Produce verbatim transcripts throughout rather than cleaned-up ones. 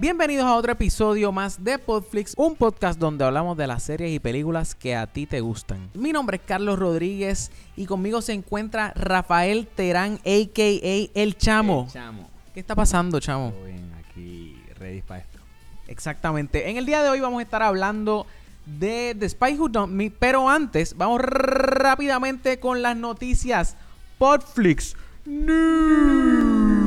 Bienvenidos a otro episodio más de Podflix, un podcast donde hablamos de las series y películas que a ti te gustan. Mi nombre es Carlos Rodríguez y conmigo se encuentra Rafael Terán, a k a. El Chamo. El Chamo. ¿Qué está pasando, Chamo? Todo bien, aquí ready para esto. Exactamente. En el día de hoy vamos a estar hablando de The Spy Who Dumped Me, pero antes vamos rápidamente con las noticias. Podflix News.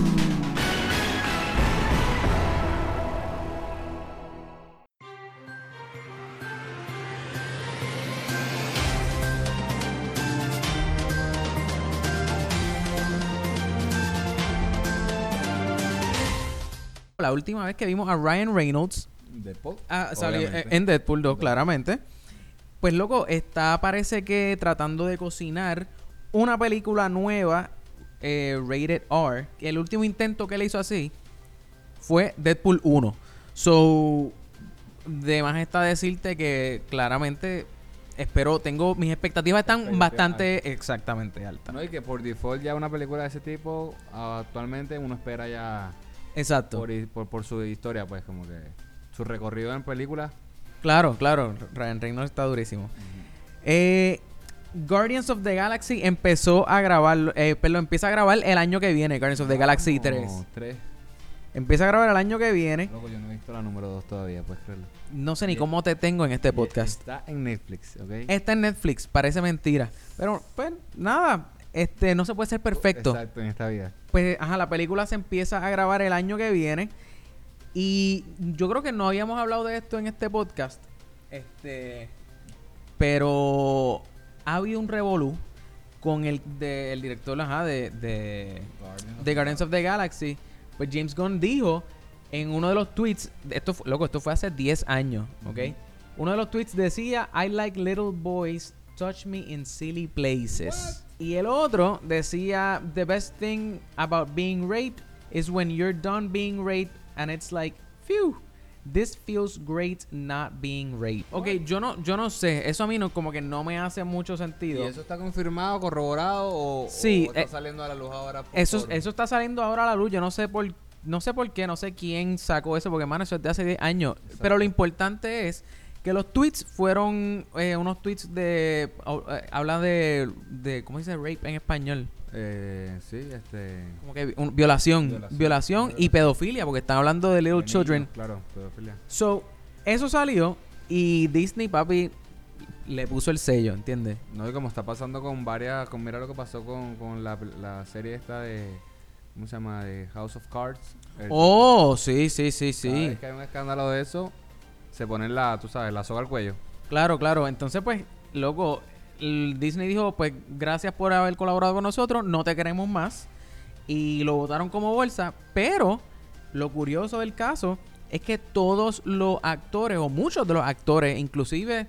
La última vez que vimos a Ryan Reynolds Deadpool, ah, salió en Deadpool dos, claramente. Pues loco, está parece que tratando de cocinar una película nueva, eh, rated R. El último intento que le hizo así fue Deadpool uno. So, de más está decirte que claramente espero, tengo, mis expectativas están Expectativa bastante alta. exactamente altas. No, y que por default ya una película de ese tipo, actualmente uno espera ya Exacto. por, por, por su historia, pues como que su recorrido en película. Claro, claro. Ryan Reynolds está durísimo. Uh-huh. Eh, Guardians of the Galaxy empezó a grabar, eh, perdón, empieza a grabar el año que viene, Guardians of the Galaxy no, tres. tres. Empieza a grabar el año que viene. Loco, yo no he visto la número dos todavía, puedes creerlo. No sé ni cómo te tengo en este podcast. Está en Netflix, ¿ok? Está en Netflix, parece mentira. Pero, pues, nada, este, no se puede ser perfecto. Exacto, en esta vida. Pues, ajá, la película se empieza a grabar el año que viene. Y yo creo que no habíamos hablado de esto en este podcast. Este... Pero ha habido un revolú con el, de, el director ajá, de, de, Guardians de Guardians of the Galaxy. Pues James Gunn dijo en uno de los tweets, esto fue, loco, esto fue hace diez años, ¿ok? Uh-huh. Uno de los tweets decía, I like little boys, touch me in silly places. What? Y el otro decía, the best thing about being raped is when you're done being raped and it's like, phew. This feels great not being raped. Ok, yo no, yo no sé. Eso a mí no, como que no me hace mucho sentido. ¿Y eso está confirmado, corroborado o, sí, o está eh, saliendo a la luz ahora? Por eso, por... eso está saliendo ahora a la luz. Yo no sé por, no sé por qué, no sé quién sacó eso, porque mano, eso es de hace diez años. Exacto. Pero lo importante es que los tweets fueron eh, unos tweets de, uh, habla de, de, ¿cómo se dice rape en español? Eh, sí, este... Como que un, violación, violación, violación y pedofilia, porque están hablando de little de children. Niños, claro, pedofilia. So, eso salió y Disney, papi, le puso el sello, ¿entiendes? No, y como está pasando con varias... Con, mira lo que pasó con, con la, la serie esta de... ¿Cómo se llama? De House of Cards. El, oh, sí, sí, sí, sí. Cada vez que hay un escándalo de eso, se ponen la, tú sabes, la soga al cuello. Claro, claro. Entonces, pues, loco... Disney dijo, pues gracias por haber colaborado con nosotros, no te queremos más, y lo votaron como bolsa. Pero lo curioso del caso es que todos los actores, o muchos de los actores, inclusive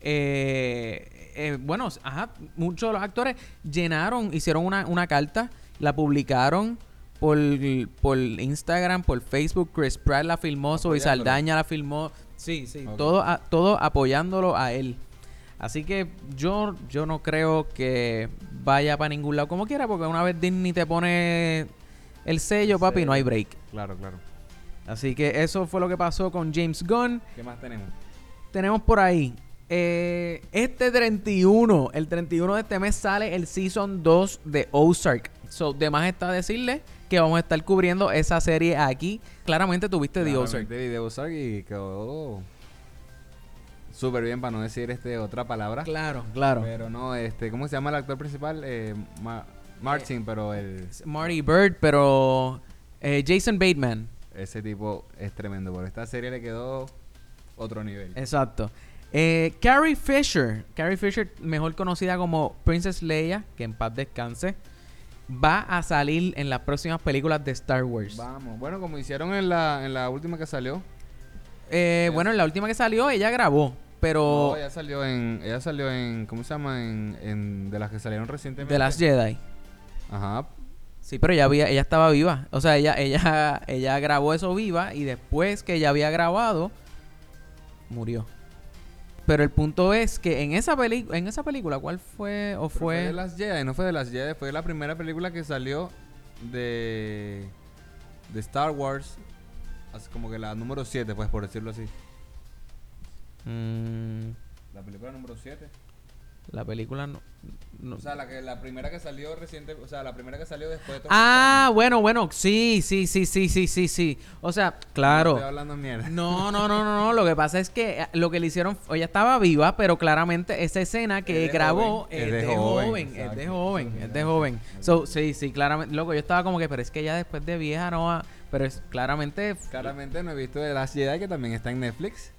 eh, eh, bueno, ajá, muchos de los actores llenaron, hicieron una, una carta, la publicaron por, por Instagram, por Facebook. Chris Pratt la filmó, Zoe Saldaña la filmó, sí, sí, okay. todo, a, todo apoyándolo a él. Así que yo yo no creo que vaya para ningún lado como quiera, porque una vez Disney te pone el sello, papi, sí, no hay break. Claro, claro. Así que eso fue lo que pasó con James Gunn. ¿Qué más tenemos? Tenemos por ahí, eh, este treinta y uno, el treinta y uno de este mes sale el Season dos de Ozark. So, de más está decirle que vamos a estar cubriendo esa serie aquí. Claramente tuviste The Ozark. De Ozark y quedó... súper bien, para no decir este otra palabra. Claro, claro. Pero no, este, ¿cómo se llama el actor principal? Eh, Ma- Martin, eh, pero el... Marty Bird, pero eh, Jason Bateman. Ese tipo es tremendo, pero esta serie le quedó otro nivel. Exacto. Eh, Carrie Fisher, Carrie Fisher, mejor conocida como Princess Leia, que en paz descanse, va a salir en las próximas películas de Star Wars. Vamos, bueno, como hicieron en la, en la última que salió. Eh, bueno, en la última que salió ella grabó. Pero... No, ella salió en... Ella salió en... ¿Cómo se llama? En... en de las que salieron recientemente. De las Jedi. Ajá. Sí, pero ella, había, ella estaba viva. O sea, ella, ella, ella grabó eso viva. Y después que ella había grabado, murió. Pero el punto es que en esa peli- en esa película, ¿cuál fue? ¿O fue? Fue de las Jedi, no fue de las Jedi. Fue la primera película que salió de... De Star Wars. así como que la número siete, pues, por decirlo así. Mm, La película número siete. la película no, no- O sea, la que la primera que salió reciente, o sea, la primera que salió después de todo. Ah, bueno, bueno, sí, sí, sí, sí, sí, sí, sí. O sea, claro. No estoy hablando mierda. No, no, no, no, no. Lo que pasa es que eh, lo que le hicieron, ella estaba viva, pero claramente esa escena que Es de grabó joven, es de joven, es de exacto. joven, Eso es sí, de sí, joven. sí. So, sí, sí, claramente. Loco, yo estaba como que, pero es que ya después de vieja no va. Pero es claramente. Claramente no he visto The Last Jedi, que también está en Netflix.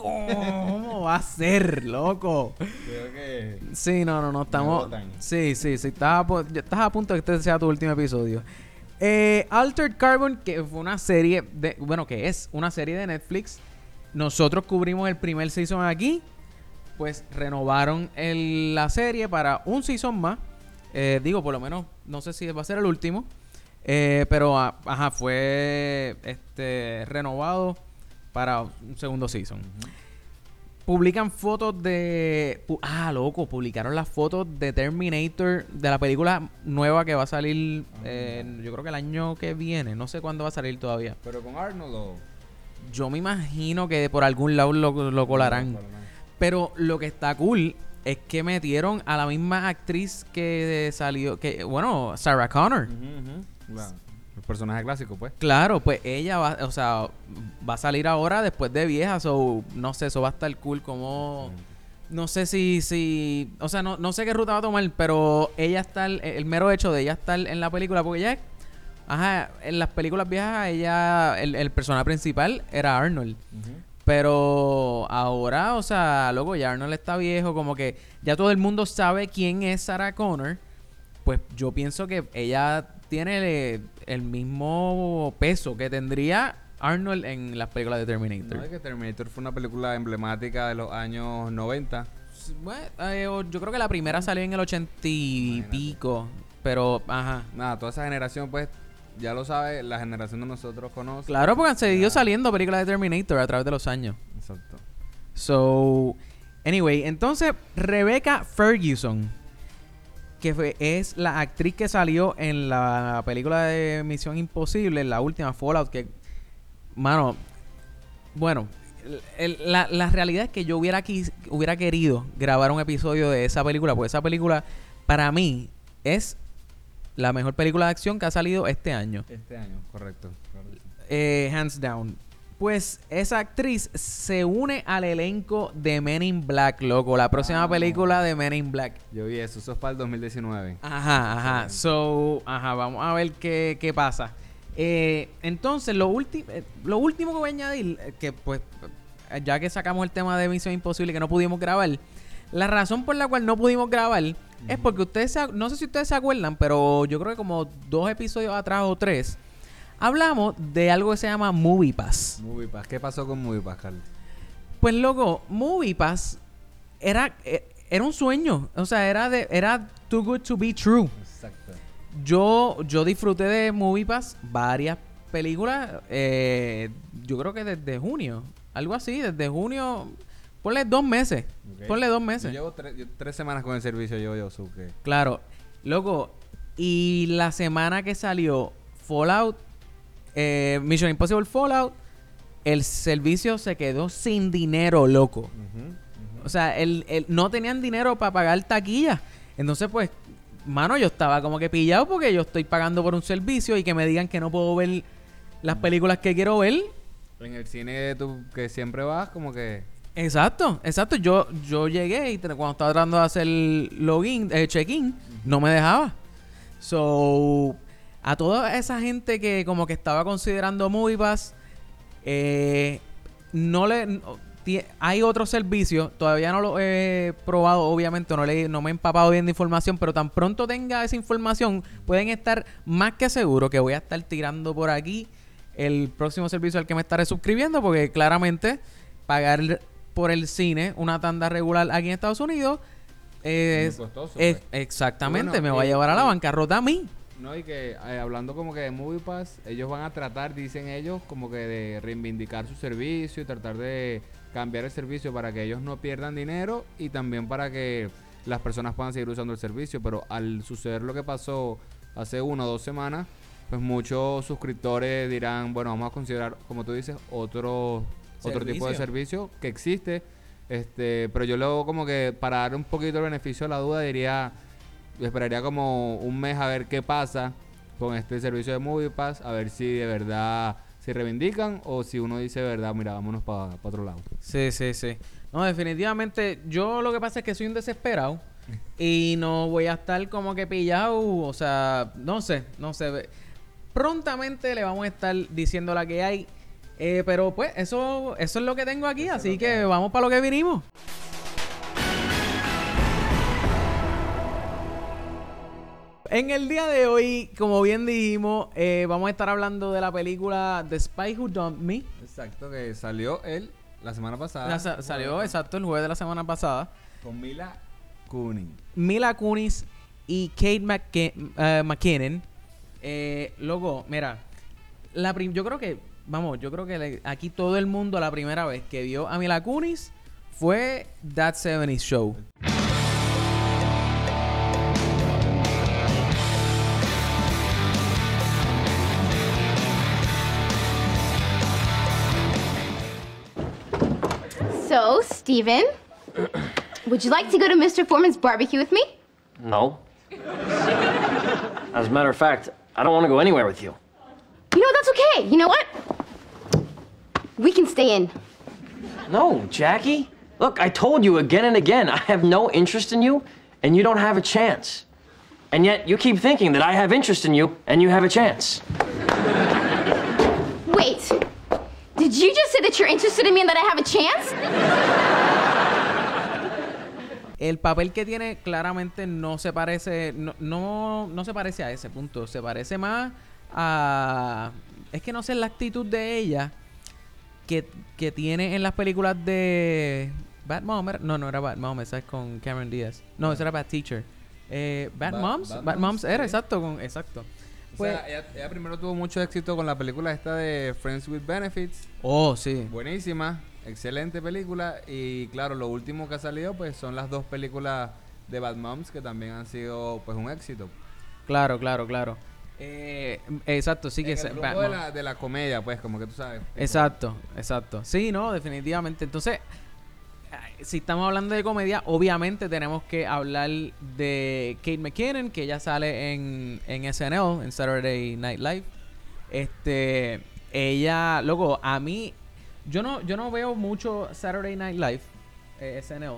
¿Cómo va a ser, loco? Creo que... Sí, no, no, no, estamos. botan. Sí, sí, sí. Estás a, pu- ya estás a punto de que este sea tu último episodio. Eh, Altered Carbon, que fue una serie de. Bueno, que es una serie de Netflix. Nosotros cubrimos el primer season aquí. Pues renovaron el- la serie para un season más. Eh, digo, por lo menos, no sé si va a ser el último. Eh, pero, ah, ajá, fue este renovado para un segundo season. Publican fotos de... pu- ah, loco, publicaron las fotos de Terminator, de la película nueva que va a salir, Ah, eh, mira. yo creo que el año que viene. No sé cuándo va a salir todavía. Pero con Arnold o... Yo me imagino que por algún lado lo, lo colarán. Pero lo que está cool es que metieron a la misma actriz que salió... que Bueno, Sarah Connor. Ujú, ujú. La- el personaje clásico, pues. Claro, pues ella va, o sea, va a salir ahora después de vieja, so, no sé, eso va a estar cool como... No sé si, si, o sea, no, no sé qué ruta va a tomar, pero ella está, el, el mero hecho de ella estar en la película, porque ella, ajá, en las películas viejas, ella, el, el personaje principal era Arnold. Ujú. Pero ahora, o sea, loco, ya Arnold está viejo, como que ya todo el mundo sabe quién es Sarah Connor. Pues yo pienso que ella tiene el, el mismo peso que tendría Arnold en las películas de Terminator. No, es que Terminator fue una película emblemática de los años noventa. Bueno, eh, yo creo que la primera salió en el ochenta y Imagínate. pico. Pero, ajá. Nada, toda esa generación, pues, ya lo sabe, la generación de nosotros conoce. Claro, porque han seguido Ya. saliendo películas de Terminator a través de los años. Exacto. So, anyway, entonces Rebecca Ferguson, que fue, es la actriz que salió en la película de Misión Imposible, la última Fallout, que, mano, bueno, el- el- la, la realidad es que yo hubiera, quis- hubiera querido grabar un episodio de esa película, porque esa película, para mí, es la mejor película de acción que ha salido este año. Este año, correcto. Claro que sí. Eh, hands down. Pues esa actriz se une al elenco de Men in Black, loco. La próxima Ah, no. película de Men in Black. Yo vi eso, eso es para el dos mil diecinueve. Ajá, ajá. Excelente. So, ajá, vamos a ver qué, qué pasa. Eh, entonces, lo, ulti- eh, lo último que voy a añadir, eh, que pues, eh, ya que sacamos el tema de Misión Imposible que no pudimos grabar, la razón por la cual no pudimos grabar es porque ustedes, se ac- no sé si ustedes se acuerdan, pero yo creo que como dos episodios atrás o tres, hablamos de algo que se llama Movie Pass. Movie Pass. ¿Qué pasó con Movie Pass, Carlos? Pues loco, Movie Pass era, eh, era un sueño. O sea, era de, era too good to be true. Exacto. Yo, yo disfruté de Movie Pass varias películas. eh, yo creo que desde junio. Algo así, desde junio. Ponle dos meses. Ok. Ponle dos Yo meses. llevo tre- yo- tres semanas con el servicio, yo, yo, so que... Claro. Loco. Y la semana que salió Fallout, eh, Mission Impossible Fallout, el servicio se quedó sin dinero, loco. Ujú, ujú. O sea, el, el- no tenían dinero para pagar taquilla. Entonces, pues, mano, yo estaba como que pillado porque yo estoy pagando por un servicio y que me digan que no puedo ver las películas que quiero ver. En el cine tú, que siempre vas, como que... Exacto, exacto. Yo, yo llegué y te- cuando estaba tratando de hacer login, eh, check-in, no me dejaba. So, a toda esa gente que como que estaba considerando MoviePass, eh, no le... no- tie- hay otros servicios, todavía no lo he probado, obviamente, no, le, no me he empapado bien de información, pero tan pronto tenga esa información, pueden estar más que seguros que voy a estar tirando por aquí el próximo servicio al que me estaré suscribiendo, porque claramente pagar por el cine una tanda regular aquí en Estados Unidos es, muy costoso, es- pues. exactamente, Bueno, me va a y- llevar a la y- bancarrota a mí. No, y que eh, hablando como que de Movie Pass, ellos van a tratar, dicen ellos, como que de reivindicar su servicio y tratar de cambiar el servicio para que ellos no pierdan dinero y también para que las personas puedan seguir usando el servicio. Pero al suceder lo que pasó hace una o dos semanas, pues muchos suscriptores dirán, bueno, vamos a considerar, como tú dices, otro, otro tipo de servicio que existe. Este, pero yo luego como que para dar un poquito el beneficio de la duda diría, esperaría como un mes a ver qué pasa con este servicio de MoviePass, a ver si de verdad se reivindican o si uno dice de verdad, mira, vámonos para pa otro lado. Sí, sí, sí. No, definitivamente, yo lo que pasa es que soy un desesperado y no voy a estar como que pillado, o sea, no sé, no sé. Prontamente le vamos a estar diciendo la que hay. Eh, pero pues eso eso es lo que tengo aquí, eso así que, que vamos para lo que vinimos. En el día de hoy, como bien dijimos, eh, vamos a estar hablando de la película The Spy Who Dumped Me. Exacto, que salió el, la semana pasada. La sa- salió, jueves. exacto, el jueves de la semana pasada. Con Mila Kunis. Mila Kunis y Kate McK- uh, McKinnon. Eh, loco, mira, la prim- yo creo que... Vamos, yo creo que le, aquí todo el mundo la primera vez que vio a Mila Kunis fue That seventies Show. So, Steven, would you like to go to Mister Foreman's barbecue with me? No. As a matter of fact, I don't want to go anywhere with you. You know, that's okay. You know what? We can stay in. No, Jackie. Look, I told you again and again, I have no interest in you, and you don't have a chance. And yet, you keep thinking that I have interest in you, and you have a chance. Wait. Did you just say that you're interested in me and that I have a chance? El papel que tiene claramente no se parece, no, no, no se parece a ese punto. Se parece más a... Es que no sé la actitud de ella que, que tiene en las películas de... Bad Mom. Era, no, no era Bad Mom, esa es con Cameron Diaz. No, esa era Bad Teacher. Eh, Bad, Bad Moms. Bad, Bad Moms era, sí. exacto. Con, exacto. O pues, sea, ella, ella primero tuvo mucho éxito con la película esta de Friends with Benefits. Oh, sí. Buenísima. Excelente película. Y claro, lo último que ha salido pues son las dos películas de Bad Moms que también han sido pues un éxito. Claro, claro, claro. Eh, exacto, sí que es el grupo de la, de la comedia, pues, como que tú sabes. Exacto, exacto. Sí, no, definitivamente. Entonces, si estamos hablando de comedia, obviamente tenemos que hablar de Kate McKinnon, que ya sale en, en S N L, en Saturday Night Live. Este, ella, loco, a mí, yo no, yo no veo mucho Saturday Night Live, eh, S N L,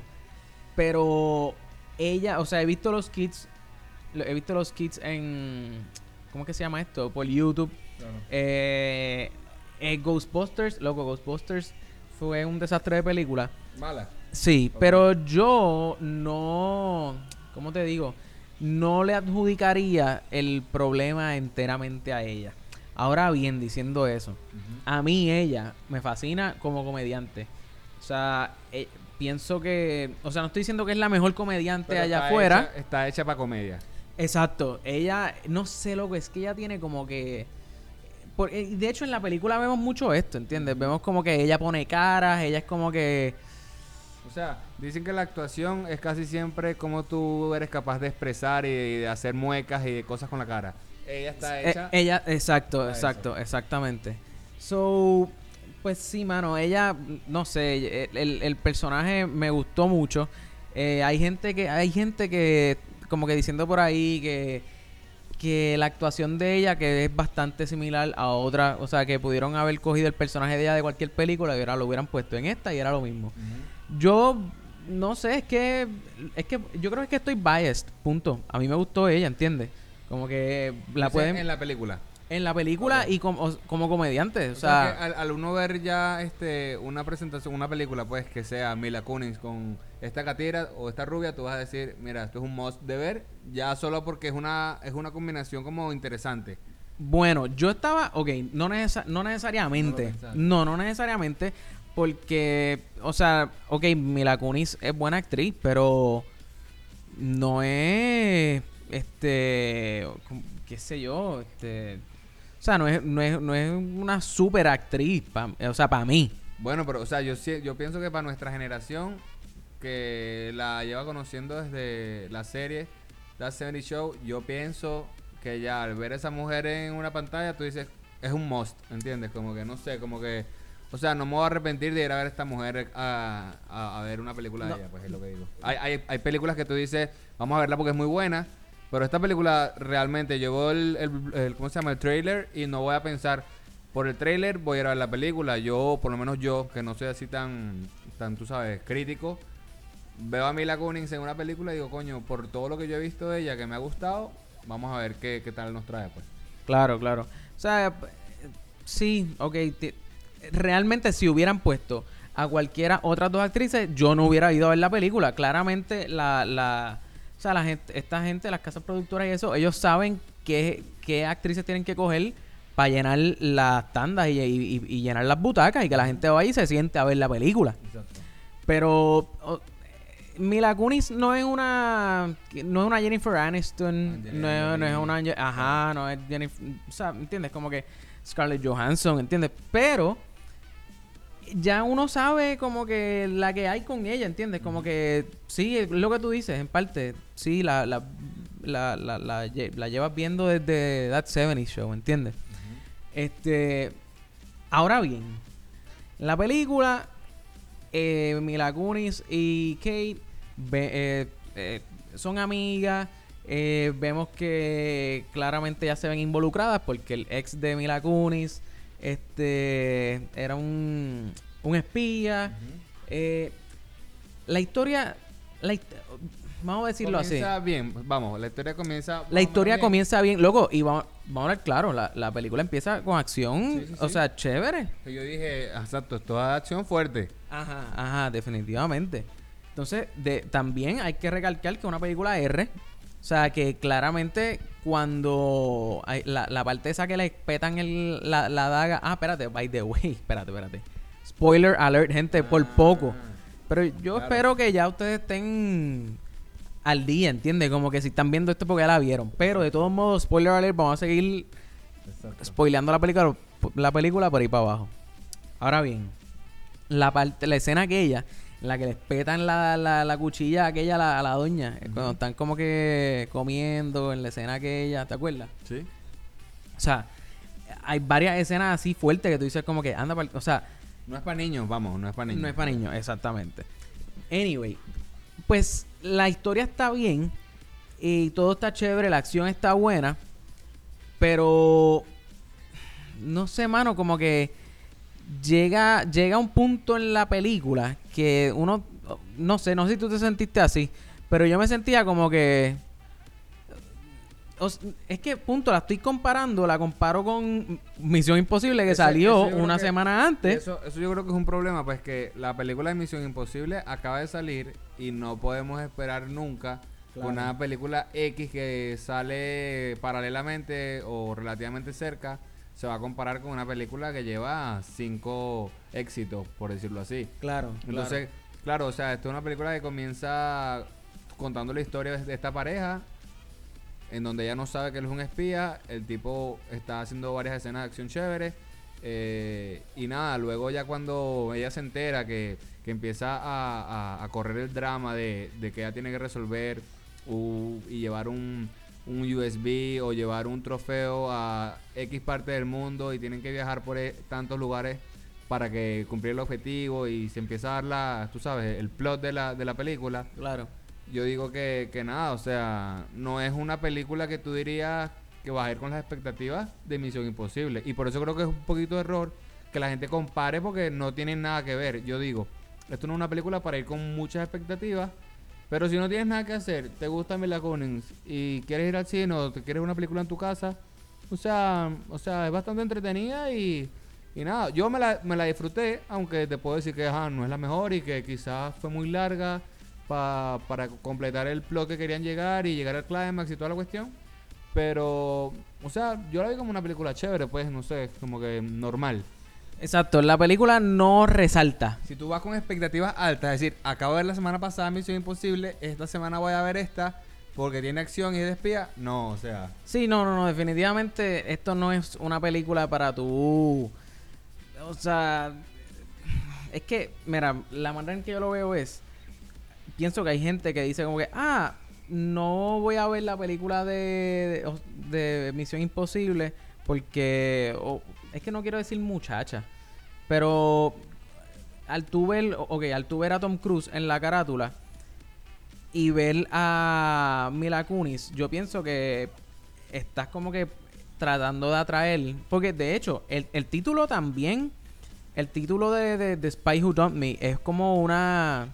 pero ella, o sea, he visto los kits, he visto los kits en, ¿cómo que se llama esto? Por YouTube. Claro. Eh, eh, Ghostbusters, loco, Ghostbusters fue un desastre de película. Mala. Sí, okay. Pero yo no, ¿cómo te digo? No le adjudicaría el problema enteramente a ella. Ahora bien, diciendo eso, uh-huh. a mí ella me fascina como comediante. O sea, eh, pienso que, o sea, no estoy diciendo que es la mejor comediante pero allá afuera. Hecha, está hecha para comedia. Exacto. Ella, no sé lo que es que ella tiene como que... Por, de hecho, en la película vemos mucho esto, ¿entiendes? Vemos como que ella pone caras, ella es como que... O sea, dicen que la actuación es casi siempre como tú eres capaz de expresar y de hacer muecas y de cosas con la cara. Ella está hecha... Eh, ella, exacto, exacto, eso. exactamente. So, pues sí, mano, ella, no sé, el, el, el personaje me gustó mucho. Eh, hay gente que, hay gente que, como que diciendo por ahí que... que la actuación de ella que es bastante similar a otra, o sea, que pudieron haber cogido el personaje de ella de cualquier película y ahora lo hubieran puesto en esta y era lo mismo. Uh-huh. Yo no sé, es que es que yo creo que estoy biased, punto. A mí me gustó ella, ¿entiendes? Como que la pueden en la película. En la película okay. y como, como comediante, o, o sea, sea que al, al uno ver ya este una presentación, una película pues que sea Mila Kunis con esta catira o esta rubia, tú vas a decir, mira, esto es un must de ver, ya solo porque es una es una combinación como interesante. Bueno, yo estaba, ok, no, necesa- no necesariamente, no, no, no necesariamente, porque, o sea, ok, Mila Kunis es buena actriz, pero no es, este, qué sé yo, este... O sea, no es, no es, no es una super actriz, pa, o sea, para mí. Bueno, pero, o sea, yo yo pienso que para nuestra generación, que la lleva conociendo desde la serie That seventies Show, yo pienso que ya al ver a esa mujer en una pantalla, tú dices, es un must, ¿entiendes? Como que, no sé, como que... O sea, no me voy a arrepentir de ir a ver a esta mujer a, a, a ver una película No. de ella, pues es lo que digo. Hay, hay, hay películas que tú dices, vamos a verla porque es muy buena, pero esta película realmente llevó el, el, el, ¿cómo se llama? El trailer y no voy a pensar, por el trailer voy a ir a ver la película. Yo, por lo menos yo, que no soy así tan, tan tú sabes, crítico, veo a Mila Kunis en una película y digo, coño, por todo lo que yo he visto de ella que me ha gustado, vamos a ver qué, qué tal nos trae, pues. Claro, claro. O sea, p- sí, ok. te- realmente si hubieran puesto a cualquiera otras dos actrices, yo no hubiera ido a ver la película. Claramente la, la, o sea, la gente, esta gente, las casas productoras y eso, ellos saben qué, qué actrices tienen que coger para llenar las tandas y, y- y- y llenar las butacas y que la gente vaya y se siente a ver la película. Exacto. Pero o- Mila Kunis no es una no es una Jennifer Aniston, Angelina no es, no es Jolie. una Ye- ajá, no es Jennifer, o sea, ¿entiendes? Como que Scarlett Johansson, ¿entiendes? Pero ya uno sabe como que la que hay con ella, ¿entiendes? Como que sí, es lo que tú dices, en parte, sí, la la, la, la, la, lle- la llevas viendo desde That seventies Show, ¿entiendes? Este, ahora bien, la película, eh, Mila Kunis y Kate ve- eh, eh, son amigas. eh, vemos que claramente ya se ven involucradas porque el ex de Mila Kunis este, era un, un espía. Eh, la historia, la hist- vamos a decirlo así. Comienza bien, vamos, la historia comienza... más o La menos historia bien. comienza bien, loco, y vamos, vamos a ver claro, la, la película empieza con acción, Sí, sí, o sí. sea, chévere. Que yo dije, exacto, esto es acción fuerte. Ajá, ajá, definitivamente. Entonces, de, también hay que recalcar que es una película R, o sea, que claramente cuando hay la, la parte esa que le petan el, la, la daga, ah, espérate, by the way, espérate, espérate. Spoiler alert, gente, por poco. Pero yo claro. espero que ya ustedes estén al día, ¿entiendes? Como que si están viendo esto porque ya la vieron. Pero de todos modos, spoiler alert, vamos a seguir Exacto. spoileando la película, la película por ahí para abajo. Ahora bien, la parte, la escena aquella, en la que les petan la, la, la cuchilla aquella a la, a la doña, eh, cuando están como que comiendo en la escena aquella, ¿te acuerdas? Sí. O sea, hay varias escenas así fuertes que tú dices como que anda, pa'l- o sea, No es para niños, vamos, no es para niños. no es para niños, exactamente. Anyway, pues la historia está bien y todo está chévere, la acción está buena, pero no sé, mano, como que llega llega un punto en la película que uno no sé, no sé si tú te sentiste así, pero yo me sentía como que o s- es que punto, la estoy comparando, la comparo con Misión Imposible que Eso- salió eso yo creo una que- semana antes. Eso, eso yo creo que es un problema, pues que la película de Misión Imposible acaba de salir y no podemos esperar nunca Claro. una película X que sale paralelamente o relativamente cerca se va a comparar con una película que lleva cinco éxitos, por decirlo así. Claro, Entonces, claro, o sea, esto es una película que comienza contando la historia de esta pareja, en donde ella no sabe que él es un espía, el tipo está haciendo varias escenas de acción chéveres, eh, y nada, luego ya cuando ella se entera que, que empieza a, a- a correr el drama de, de que ella tiene que resolver u- y llevar un, un U S B o llevar un trofeo a X parte del mundo y tienen que viajar por e- tantos lugares para que cumplir el objetivo y se empieza a dar la, tú sabes, el plot de la, de la película. claro. Yo digo que, que nada, o sea, no es una película que tú dirías que vas a ir con las expectativas de Misión Imposible. Y por eso creo que es un poquito de error que la gente compare porque no tienen nada que ver. Yo digo, esto no es una película para ir con muchas expectativas, pero si no tienes nada que hacer, te gusta Mila Kunis y quieres ir al cine o te quieres una película en tu casa, o sea, o sea, es bastante entretenida y, y nada, yo me la, me la disfruté, aunque te puedo decir que ajá, no es la mejor y que quizás fue muy larga pa- para completar el plot que querían llegar y llegar al clímax y toda la cuestión. Pero, o sea, yo la vi como una película chévere, pues, no sé, como que normal. Exacto, la película no resalta. Si tú vas con expectativas altas, es decir, acabo de ver la semana pasada Misión Imposible, esta semana voy a ver esta porque tiene acción y es de espía, no, o sea, Sí, no, no, no, definitivamente esto no es una película para tú. O sea, es que, mira, la manera en que yo lo veo es, pienso que hay gente que dice como que, ah, no voy a ver la película de, de, de Misión Imposible porque... Oh, es que no quiero decir muchacha, pero al tú ver... Ok, al tú ver a Tom Cruise en la carátula y ver a Mila Kunis, yo pienso que estás como que tratando de atraer... Porque de hecho, el, el título también... El título de, de, de Spy Who Dumped Me es como una...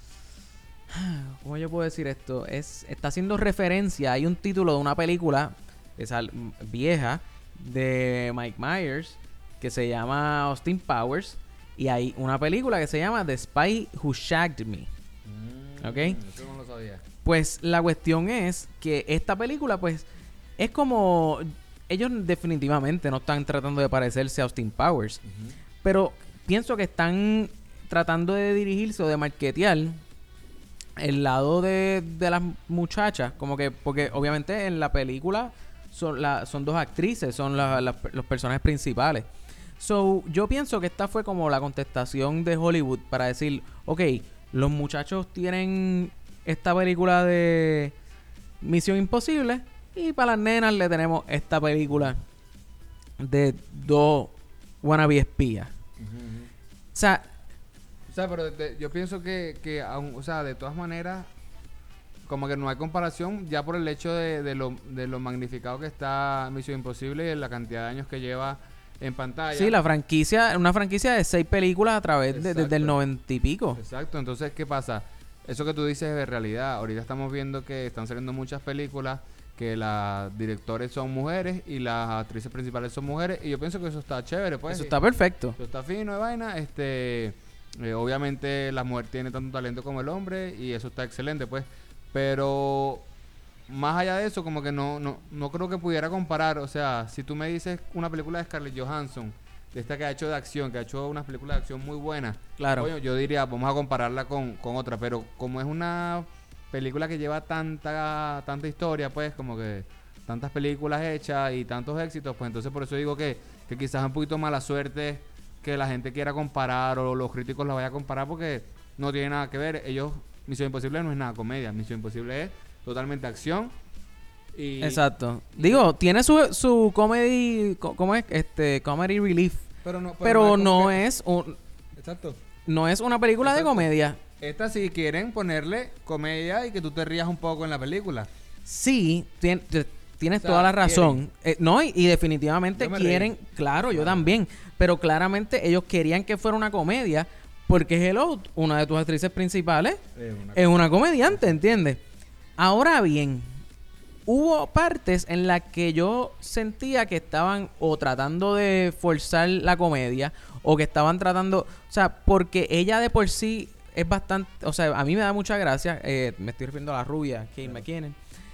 ¿Cómo yo puedo decir esto? Es está haciendo referencia. Hay un título de una película esa, vieja de Mike Myers que se llama Austin Powers. Y hay una película que se llama The Spy Who Shagged Me. Mm, ¿Ok? Eso no lo sabía. Pues la cuestión es que esta película, pues, es como... Ellos definitivamente no están tratando de parecerse a Austin Powers. Uh-huh. Pero pienso que están tratando de dirigirse o de marketear el lado de, de las muchachas, como que, porque obviamente en la película son, la, son dos actrices, son la, la, los personajes principales. So, yo pienso que esta fue como la contestación de Hollywood para decir, ok, los muchachos tienen esta película de Misión Imposible y para las nenas le tenemos esta película de dos wannabe espías. Uh-huh, uh-huh. O sea... O sea, pero de, yo pienso que, que aun, o sea, de todas maneras, como que no hay comparación ya por el hecho de, de, lo, de lo magnificado que está Misión Imposible y la cantidad de años que lleva en pantalla. Sí, la franquicia, una franquicia de seis películas a través de, desde el noventa y pico. Exacto, entonces, ¿qué pasa? Eso que tú dices es de realidad. Ahorita estamos viendo que están saliendo muchas películas que las directores son mujeres y las actrices principales son mujeres y yo pienso que eso está chévere, pues. Eso está perfecto. Eso está fino de vaina, este... Eh, obviamente la mujer tiene tanto talento como el hombre y eso está excelente, pues. Pero más allá de eso, como que no, no, no creo que pudiera comparar. O sea, si tú me dices una película de Scarlett Johansson, de esta que ha hecho de acción, que ha hecho unas películas de acción muy buenas, claro. Coño, yo diría, vamos a compararla con, con otra. Pero como es una película que lleva tanta, tanta historia, pues, como que tantas películas hechas y tantos éxitos, pues entonces por eso digo que, que quizás un poquito mala suerte que la gente quiera comparar o los críticos la vayan a comparar porque no tiene nada que ver. Ellos, Misión Imposible no es nada comedia. Misión Imposible es totalmente acción. Y, exacto. Y Digo, tiene su, su comedy, ¿cómo es? Este, comedy relief. Pero no, pero pero no, no es, no es un, exacto. No es una película Exacto. de comedia. Esta sí quieren ponerle comedia y que tú te rías un poco en la película. Sí, tien, tienes O sea, toda la razón. Eh, no, y, y definitivamente quieren, reí. claro, yo Claro. también. Pero claramente ellos querían que fuera una comedia porque Hello, una de tus actrices principales, Es una, es una comediante, ¿entiendes? Ahora bien, hubo partes en las que yo sentía que estaban o tratando de forzar la comedia o que estaban tratando, o sea, porque ella de por sí es bastante, o sea, a mí me da mucha gracia, eh, me estoy refiriendo a la rubia, Kate McKinnon,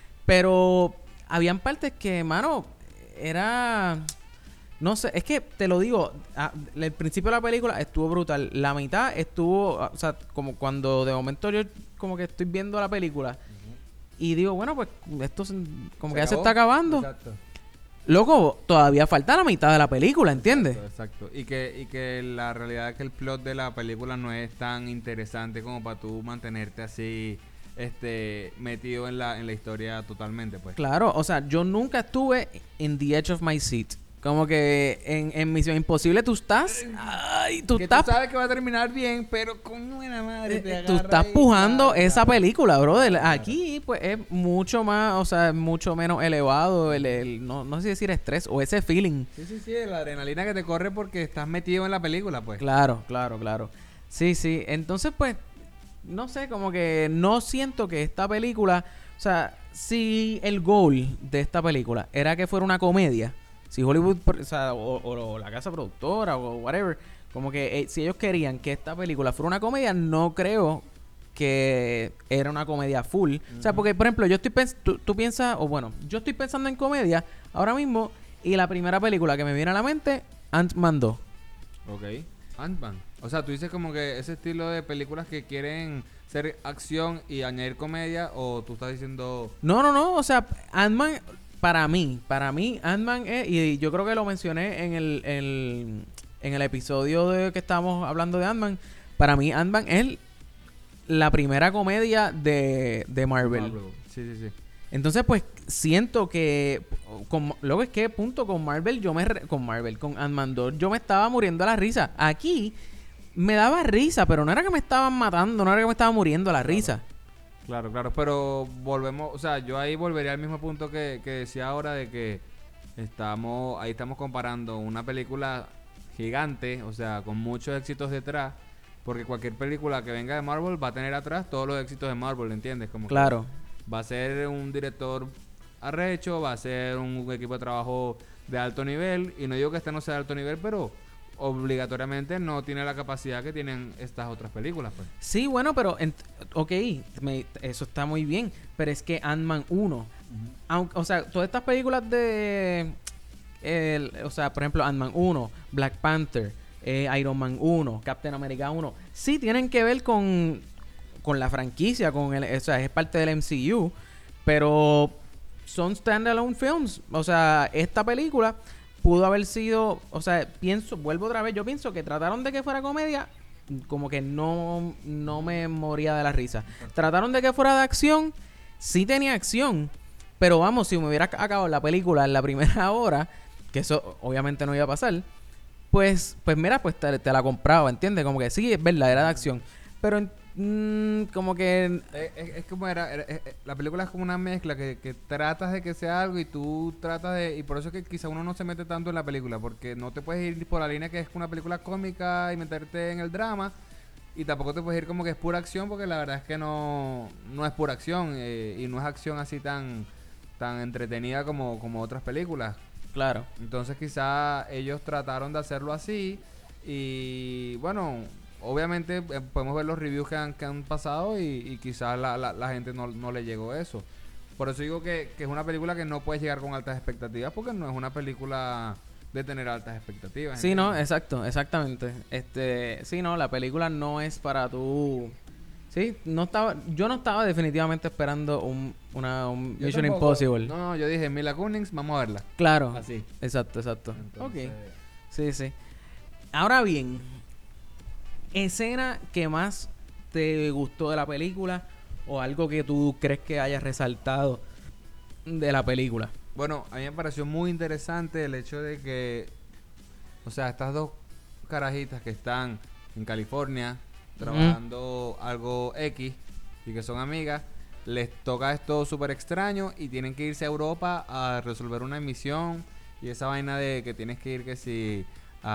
pero habían partes que, mano, era... No sé, es que te lo digo, a, el principio de la película estuvo brutal. La mitad estuvo, o sea, como cuando de momento yo como que estoy viendo la película uh-huh. y digo, bueno, pues esto se, como se que ya acabó. se está acabando. Exacto. Loco, todavía falta la mitad de la película, ¿entiendes? Exacto, exacto. Y que, y que la realidad es que el plot de la película no es tan interesante como para tú mantenerte así este metido en la, en la historia totalmente, pues. Claro, o sea, yo nunca estuve in the edge of my seat. Como que en, en Misión Imposible tú estás... Ay, tú que estás... tú sabes que va a terminar bien, pero con buena madre te Tú agarra estás ahí, pujando claro, esa claro. película, brother. Claro, claro. Aquí, pues, es mucho más, o sea, es mucho menos elevado el, el no, no sé si decir estrés o ese feeling. Sí, sí, sí, la adrenalina que te corre porque estás metido en la película, pues. Claro, claro, claro. Sí, sí. Entonces, pues, no sé, como que no siento que esta película, o sea, si el goal de esta película era que fuera una comedia, si Hollywood, o sea, o, o, o la casa productora o whatever, como que eh, si ellos querían que esta película fuera una comedia, no creo que era una comedia full. Uh-huh. O sea, porque, por ejemplo, yo estoy pens- tú, tú piensas, o bueno, yo estoy pensando en comedia ahora mismo y la primera película que me viene a la mente, Ant-Man dos. Ok. Ant-Man. O sea, tú dices como que ese estilo de películas que quieren ser acción y añadir comedia, o tú estás diciendo... No, no, no, o sea, Ant-Man... Para mí, para mí, Ant-Man es, y yo creo que lo mencioné en el, el en el episodio de que estábamos hablando de Ant-Man, para mí Ant-Man es la primera comedia de, de Marvel. Marvel. Sí, sí, sí. Entonces, pues, siento que... Con, luego es que, punto, con Marvel, yo me... Re, con Marvel, con Ant-Man dos, yo me estaba muriendo a la risa. Aquí, me daba risa, pero no era que me estaban matando, no era que me estaba muriendo a la risa. Claro, claro, pero volvemos, o sea, yo ahí volvería al mismo punto que, que decía ahora de que estamos, ahí estamos comparando una película gigante, o sea, con muchos éxitos detrás, porque cualquier película que venga de Marvel va a tener atrás todos los éxitos de Marvel, ¿entiendes? Como que Claro. va a ser un director arrecho, va a ser un equipo de trabajo de alto nivel, y no digo que este no sea de alto nivel, pero obligatoriamente no tiene la capacidad que tienen estas otras películas, pues. Sí, bueno, pero... ent- ok, me- eso está muy bien, pero es que Ant-Man uno, aunque, o sea, todas estas películas de... el- o sea, por ejemplo, Ant-Man uno, Black Panther, eh, Iron Man uno, Captain America uno, sí tienen que ver con, con la franquicia, con el, o sea, es parte del M C U, pero son standalone films. O sea, esta película pudo haber sido, o sea, pienso, vuelvo otra vez, yo pienso que trataron de que fuera comedia, como que no, no me moría de la risa. Trataron de que fuera de acción, sí tenía acción, pero vamos, si me hubiera acabado la película en la primera hora, que eso obviamente no iba a pasar, pues, pues mira, pues te, te la compraba, ¿entiendes? Como que sí, es verdad, era de acción, pero mm, como que... Es, es, es como era, era- es- es- la película es como una mezcla que, que tratas de que sea algo y tú tratas de... Y por eso es que quizá uno no se mete tanto en la película, porque no te puedes ir por la línea que es una película cómica y meterte en el drama, y tampoco te puedes ir como que es pura acción, porque la verdad es que no, no es pura acción, eh, y no es acción así tan, tan entretenida como, como otras películas. Claro. Entonces quizá ellos trataron de hacerlo así y bueno, obviamente eh, podemos ver los reviews que han, que han pasado y, y quizás la, la, la gente no, no le llegó eso. Por eso digo que, que es una película que no puedes llegar con altas expectativas, porque no es una película de tener altas expectativas. Sí, no, ¿entiendes? exacto, exactamente. Este, sí, no, la película no es para tú. Sí, no estaba, yo no estaba definitivamente esperando un, una un Yo Mission tampoco. Impossible. No, no, yo dije Mila Kunis, vamos a verla. Claro. Así. Exacto, exacto. Entonces, Ok. Sí, sí. Ahora bien, escena que más te gustó de la película o algo que tú crees que hayas resaltado de la película. Bueno, a mí me pareció muy interesante el hecho de que, o sea, estas dos carajitas que están en California trabajando algo X y que son amigas, les toca esto súper extraño y tienen que irse a Europa a resolver una misión y esa vaina de que tienes que ir que si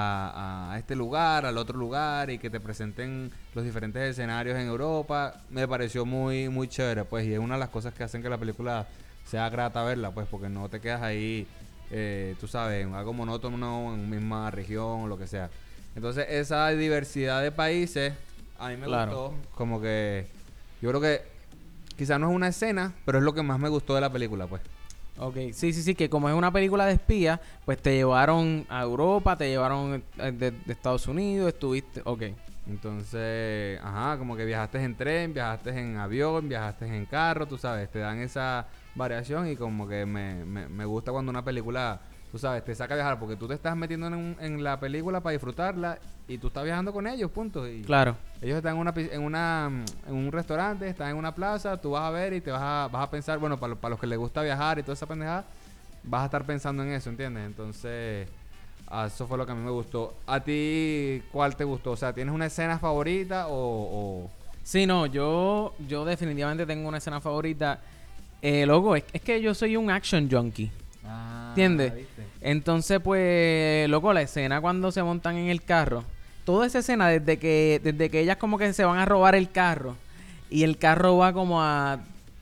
a, a este lugar, al otro lugar y que te presenten los diferentes escenarios en Europa, me pareció muy, muy chévere, pues, y es una de las cosas que hacen que la película sea grata verla, pues, porque no te quedas ahí, eh, tú sabes, en algo monótono, en misma región o lo que sea. Entonces, esa diversidad de países a mí me Claro. gustó, como que yo creo que quizás no es una escena, pero es lo que más me gustó de la película, pues. Ok, sí, sí, sí, que como es una película de espía, pues te llevaron a Europa, te llevaron eh, de, de Estados Unidos, estuviste, ok. Entonces, ajá, como que viajaste en tren, viajaste en avión, viajaste en carro, tú sabes, te dan esa variación y como que me, me, me gusta cuando una película, tú sabes, te saca a viajar, porque tú te estás metiendo en, un- en la película para disfrutarla y tú estás viajando con ellos, punto. Y Claro. ellos están en una pi- en una mm, en un restaurante, están en una plaza, tú vas a ver y te vas a, vas a pensar, bueno, para, para los que les gusta viajar y toda esa pendejada, vas a estar pensando en eso, ¿entiendes? Entonces, ah, eso fue lo que a mí me gustó. ¿A ti cuál te gustó? O sea, ¿tienes una escena favorita o...? o... Sí, no, yo, yo definitivamente tengo una escena favorita. Eh, loco, es, es que yo soy un action junkie. Ah, ¿Entiendes? ¿viste? Entonces, pues, loco, la escena cuando se montan en el carro. Toda esa escena, desde que, desde que ellas como que se van a robar el carro. Y el carro va como a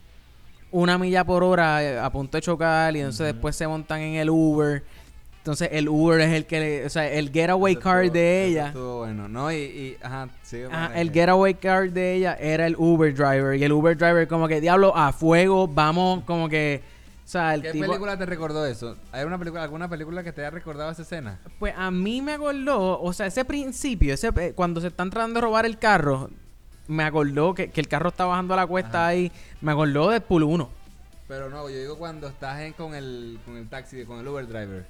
una milla por hora eh, a punto de chocar. Y entonces después se montan en el Uber. Entonces el Uber es el que le, o sea, el getaway Eso car estuvo- de eso ella. estuvo bueno, ¿no? Y, y ajá, sí. Ajá, bueno, el que- getaway car de ella era el Uber driver. Y el Uber driver como que, diablo, a fuego, vamos, como que... O sea, el ¿Qué tipo... película te recordó eso? ¿Hay una película, alguna película que te haya recordado esa escena? Pues a mí me acordó, o sea, ese principio, ese eh, cuando se están tratando de robar el carro, me acordó que, que el carro está bajando a la cuesta Ajá. ahí. Me acordó de Pool uno. Pero no, yo digo cuando estás en, con el con el taxi, con el Uber driver.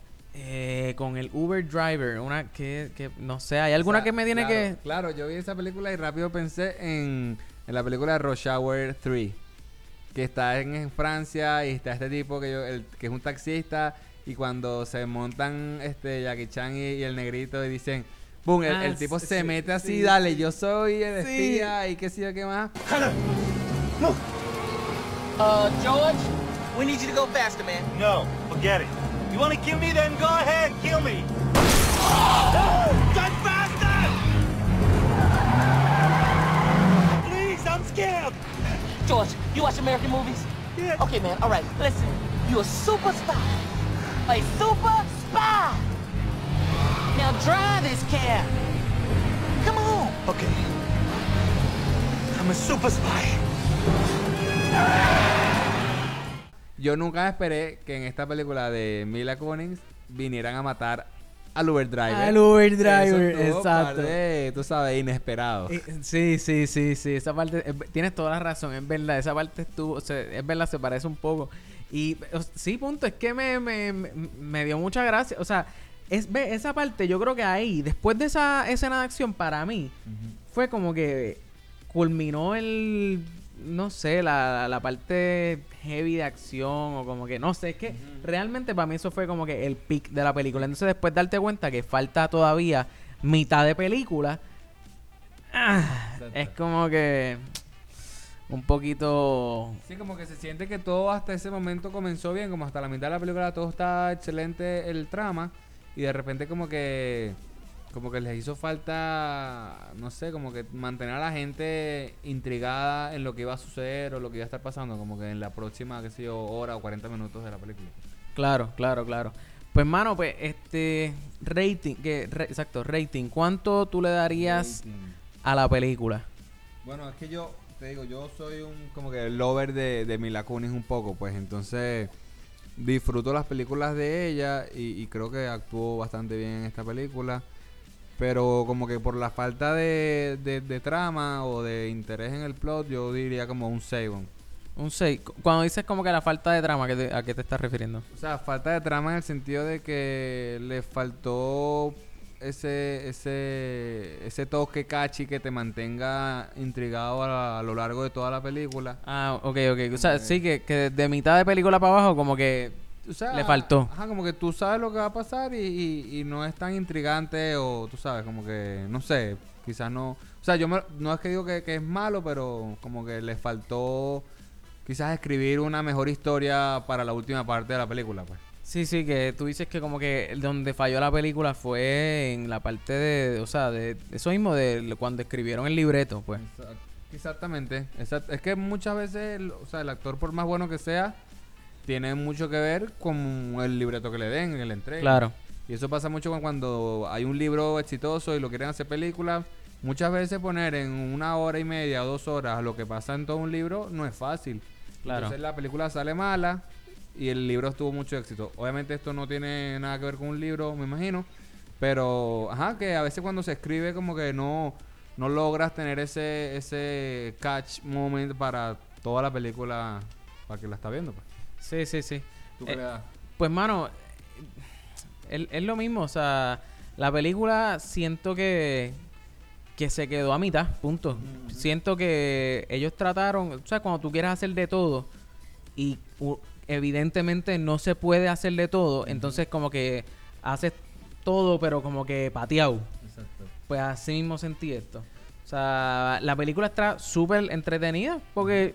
Eh, con el Uber driver, una que, que no sé, hay alguna O sea, que me tiene claro, que... Claro, yo vi esa película y rápido pensé en, en la película de Rush Hour tres. que está en, en Francia y está este tipo que, yo, el, que es un taxista y cuando se montan este Jackie Chan y, y el negrito y dicen, boom, el, Ah, el tipo sí, se sí, mete así, sí, dale, sí. yo soy el Sí. espía y qué sé yo qué más. Uh, George, we need you to go faster, man. No, forget it. You want to kill me? Then go ahead, kill me. Drive faster! Please, I'm scared. George, you watch American movies? Yeah. Okay, man, all right, listen. You a super spy. A super spy. Now drive this cab. Come on. Okay. I'm a super spy. Yo nunca esperé que en esta película de Mila Kunis vinieran a matar al Uber Driver. Al Uber Driver, Eso estuvo par exacto. de, tú sabes, inesperado. Eh, Sí, sí, sí, sí, esa parte, es ve- tienes toda la razón, es verdad, esa parte estuvo, o sea, es verdad, se parece un poco. Y o- sí, punto, es que me, me, me, me dio mucha gracia, o sea, es, ve, esa parte, yo creo que ahí, después de esa escena de acción, para mí, fue como que culminó el, no sé, la, la parte heavy de acción, o como que, no sé, es que realmente para mí eso fue como que el peak de la película. Entonces después darte cuenta que falta todavía mitad de película, ah, es como que un poquito... Sí, como que se siente que todo hasta ese momento comenzó bien, como hasta la mitad de la película todo está excelente el trama y de repente como que como que les hizo falta, no sé, como que mantener a la gente intrigada en lo que iba a suceder o lo que iba a estar pasando, como que en la próxima, qué sé yo, hora o cuarenta minutos de la película. Claro, claro, claro. Pues, mano, pues, este... Rating, que re- exacto, rating. ¿Cuánto tú le darías a la película? Bueno, es que yo, te digo, yo soy un como que lover de, de Mila Kunis un poco, pues entonces disfruto las películas de ella y, y creo que actuó bastante bien en esta película. Pero como que por la falta de, de, de trama o de interés en el plot, yo diría como un seis. bueno. Un seis. Cu- Cuando dices como que la falta de trama, ¿qué te- ¿a qué te estás refiriendo? O sea, falta de trama en el sentido de que le faltó ese ese ese toque catchy que te mantenga intrigado a, a lo largo de toda la película. Ah, ok, ok. O sea, sí, que, que de mitad de película para abajo como que O sea, le faltó. Ajá, como que tú sabes lo que va a pasar y, y, y no es tan intrigante o tú sabes, como que, no sé, quizás no... O sea, yo me- no es que digo que, que es malo, pero como que le faltó quizás escribir una mejor historia para la última parte de la película, pues. Sí, sí, que tú dices que como que donde falló la película fue en la parte de, o sea, de eso mismo de lo- cuando escribieron el libreto, pues. Exact- Exactamente. Exact- es que muchas veces, el- o sea, el actor por más bueno que sea, tiene mucho que ver con el libreto que le den, que le entreguen. Claro. Y eso pasa mucho cu- cuando hay un libro exitoso y lo quieren hacer película. Muchas veces poner en una hora y media o dos horas lo que pasa en todo un libro no es fácil. Claro. Entonces la película sale mala y el libro tuvo mucho éxito. Obviamente esto no tiene nada que ver con un libro, me imagino. Pero, ajá, que a veces cuando se escribe como que no, no logras tener ese, ese catch moment para toda la película, para que la está viendo, pues. Sí, sí, sí. ¿Tú Eh, qué le das? Pues, mano, es, es lo mismo. O sea, la película siento que, que se quedó a mitad, punto. Siento que ellos trataron, o sea, cuando tú quieres hacer de todo y u- evidentemente no se puede hacer de todo, entonces como que haces todo, pero como que pateado. Exacto. Pues así mismo sentí esto. O sea, la película está súper entretenida porque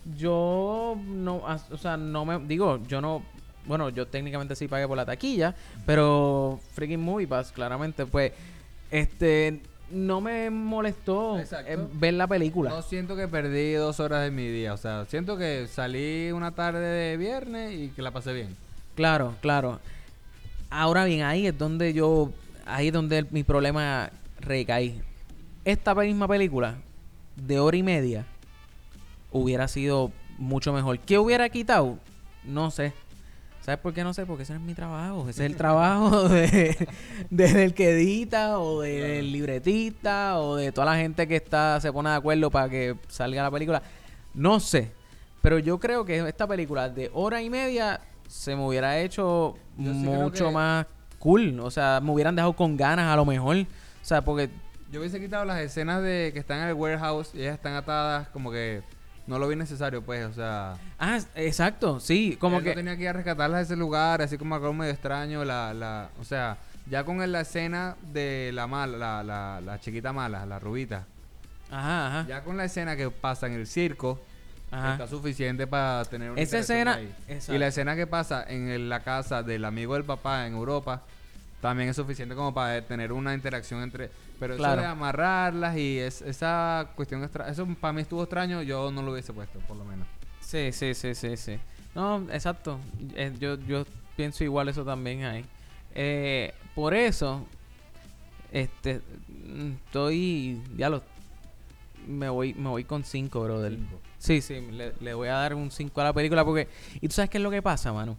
yo no, as- o sea, no me, digo, yo no, bueno, yo técnicamente sí pagué por la taquilla, pero freaking Movie Pass, claramente, pues, este, no me molestó Exacto. eh, ver la película. No siento que perdí dos horas de mi día. O sea, siento que salí una tarde de viernes y que la pasé bien. Claro, claro. Ahora bien, ahí es donde yo, ahí es donde el- mi problema recae. Esta misma película de hora y media hubiera sido mucho mejor. ¿Qué hubiera quitado? No sé. ¿Sabes por qué no sé? Porque ese no es mi trabajo. Ese es el trabajo de, de- del que edita o del libretista o de toda la gente que está se pone de acuerdo para que salga la película. No sé. Pero yo creo que esta película de hora y media se me hubiera hecho Yo sí creo mucho que- más cool. O sea, me hubieran dejado con ganas a lo mejor. O sea, porque... Yo hubiese quitado las escenas de que están en el warehouse y ellas están atadas como que no lo vi necesario, pues, o sea... Ah, exacto, sí, como él que... no tenía que ir a rescatarlas de ese lugar, así como algo medio extraño, la, la, o sea, ya con la escena de la mala, la, la, la chiquita mala, la rubita, Ajá, ajá. ya con la escena que pasa en el circo, Ajá. está suficiente para tener una Esa interacción escena- ahí. exacto. Y la escena que pasa en el- la casa del amigo del papá en Europa también es suficiente como para tener una interacción entre... Pero Claro. eso de amarrarlas y es, esa cuestión extra... Eso para mí estuvo extraño, yo no lo hubiese puesto, por lo menos. Sí, sí, sí, sí, sí. No, exacto. Eh, yo, yo pienso igual eso también ahí. Eh, por eso, este, mm, estoy, ya lo, me voy, me voy con cinco, brother. Cinco. Sí, sí, le, le voy a dar un cinco a la película porque, y tú sabes qué es lo que pasa, mano,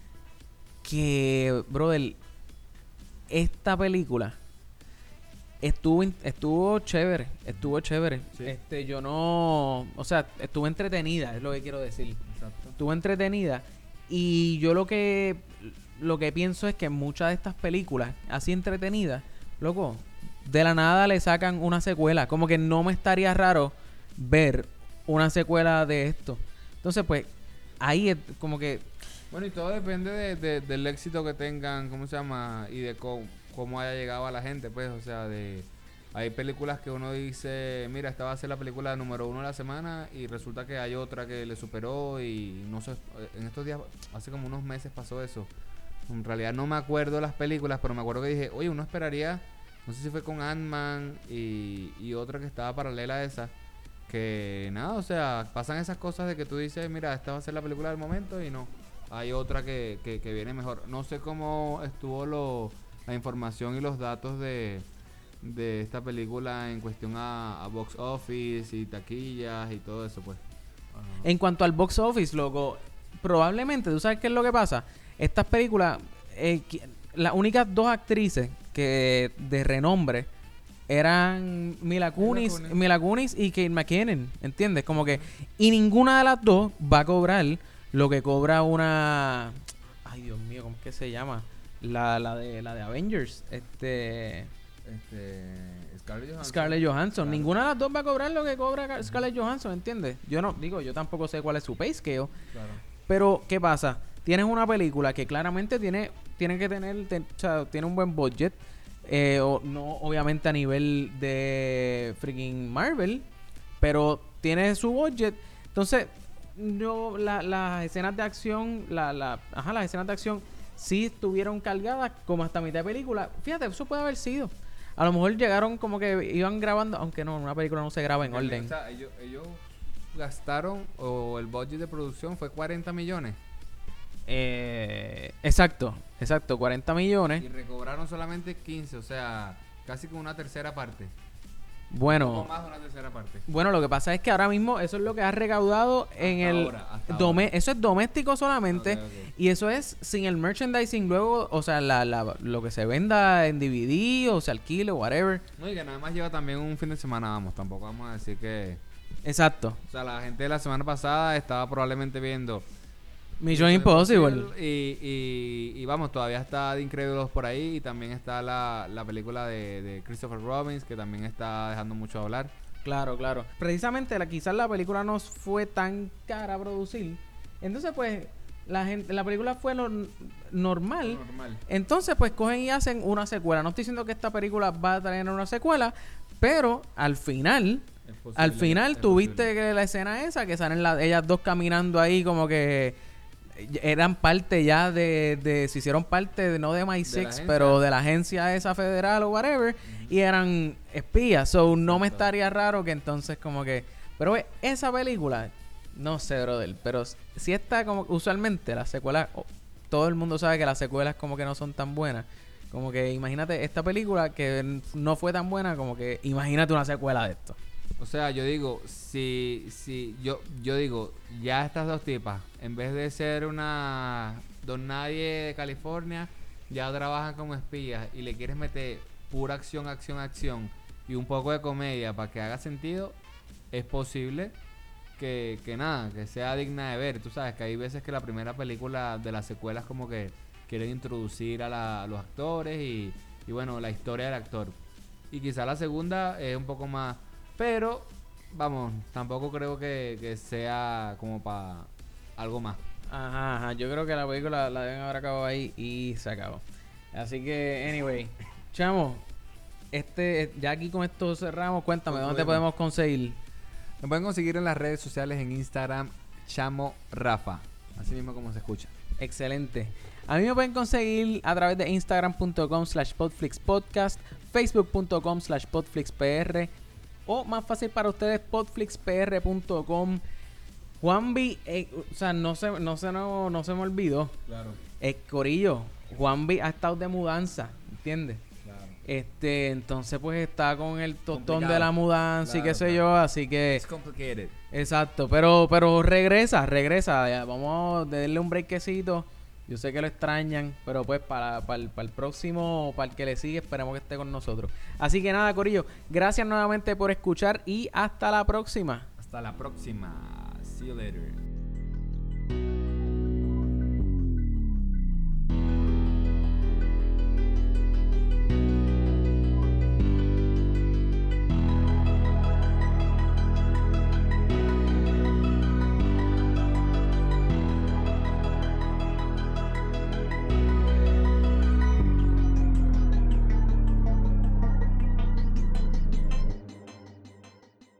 que, brother, esta película estuvo, in- estuvo chévere, estuvo chévere. Sí. Este, yo no, o sea, estuvo entretenida, es lo que quiero decir. Exacto. Estuvo entretenida y yo lo que lo que pienso es que muchas de estas películas así entretenidas, loco, de la nada le sacan una secuela, como que no me estaría raro ver una secuela de esto. Entonces, pues ahí es como que Bueno, y todo depende de, de- del éxito que tengan, ¿cómo se llama? Y de cómo, cómo haya llegado a la gente, pues, o sea, de... Hay películas que uno dice, mira, esta va a ser la película número uno de la semana y resulta que hay otra que le superó y no sé, en estos días, hace como unos meses pasó eso. En realidad no me acuerdo las películas, pero me acuerdo que dije, oye, uno esperaría, no sé si fue con Ant-Man y, y otra que estaba paralela a esa, que nada, o sea, pasan esas cosas de que tú dices, mira, esta va a ser la película del momento y no. Hay otra que, que, que viene mejor. No sé cómo estuvo lo, la información y los datos de, de esta película en cuestión a, a box office y taquillas y todo eso, pues. en cuanto al box office, loco, probablemente, ¿tú sabes qué es lo que pasa? Estas películas, eh, qui- las únicas dos actrices que de renombre eran Mila Kunis, Kunis. Mila Kunis y Kate McKinnon, ¿entiendes? Como que y ninguna de las dos va a cobrar lo que cobra una, ay Dios mío, ¿cómo es que se llama? La, la de la de Avengers, este Este, Scarlett Johansson. Scarlett Johansson. Claro. Ninguna de las dos va a cobrar lo que cobra Ca- Scarlett Johansson, ¿entiendes? Yo no, digo, yo tampoco sé cuál es su pay scale. Claro. Pero, ¿qué pasa? Tienes una película que claramente tiene, tiene que tener, te- o sea, tiene un buen budget. Eh, o, no, obviamente a nivel de freaking Marvel, pero tiene su budget. Entonces, yo, la- las escenas de acción, la, la, ajá, las escenas de acción sí estuvieron cargadas como hasta mitad de película. Fíjate, eso puede haber sido. A lo mejor llegaron como que iban grabando, aunque no, una película no se graba en Porque, orden. O sea, ellos, ellos gastaron, o el budget de producción fue cuarenta millones. Eh, exacto, exacto, cuarenta millones. Y recobraron solamente quince, o sea, casi como una tercera parte. Un Bueno, poco más de una tercera parte. bueno, lo que pasa es que ahora mismo eso es lo que ha recaudado en Hasta el ahora, hasta dome- ahora. eso es doméstico solamente Ok, ok. y eso es sin el merchandising luego, o sea, la, la- lo que se venda en D V D o se alquile, whatever. No, y que nada más lleva también un fin de semana, vamos, tampoco vamos a decir que... Exacto. O sea, la gente de la semana pasada estaba probablemente viendo... Mission Impossible. Y, y, y vamos, todavía está The Incredibles por ahí y también está la, la película de, de Christopher Robbins, que también está dejando mucho a hablar. Claro, claro. Precisamente la, quizás la película no fue tan cara a producir. Entonces, pues, la gente, la película fue lo n- normal. Normal. Entonces, pues, cogen y hacen una secuela. No estoy diciendo que esta película va a tener una secuela, pero al final, Es posible, al final es tuviste posible. que la escena esa, que salen las ellas dos caminando ahí como que eran parte ya de, de se hicieron parte de no de My De la Six, agencia. pero de la agencia esa federal o whatever, y eran espías, so no me Exacto. estaría raro que entonces como que, pero ve, esa película, no sé, brother, pero s- si está como, usualmente las secuelas, oh, todo el mundo sabe que las secuelas como que no son tan buenas, como que imagínate esta película que n- no fue tan buena, como que imagínate una secuela de esto. O sea, yo digo, si, si yo, yo digo, ya estas dos tipas, en vez de ser una don nadie de California, ya trabajan como espías y le quieres meter pura acción, acción, acción y un poco de comedia para que haga sentido, es posible que, que nada, que sea digna de ver. Tú sabes que hay veces que la primera película de las secuelas como que quieren introducir a, la- a los actores y, y bueno, la historia del actor. Y quizá la segunda es un poco más... Pero vamos, tampoco creo que, que sea como para algo más. Ajá, ajá. Yo creo que la película la deben haber acabado ahí y se acabó. Así que, anyway. Chamo, este, ya aquí con esto cerramos. Cuéntame, ¿dónde te podemos conseguir? Me pueden conseguir en las redes sociales, en Instagram, Chamo Rafa. Así mismo como se escucha. Excelente. A mí me pueden conseguir a través de instagram.com slash podflixpodcast, facebook.com slash podflixpr o más fácil para ustedes, podflixpr punto com. Juanvi, eh, o sea, no se, no, se, no, no se me olvidó. Claro. El corillo, Juanvi ha estado de mudanza, ¿entiendes? Claro. Este, entonces pues está con el tostón Complicado. de la mudanza y Claro, qué sé claro. yo, así que... It's complicated. Exacto, pero pero regresa, regresa. Ya, vamos a darle un breakcito. Yo sé que lo extrañan, pero pues para, para, el, para el próximo, para el que le sigue, esperemos que esté con nosotros. Así que nada, corillo, gracias nuevamente por escuchar y hasta la próxima. Hasta la próxima. See you later.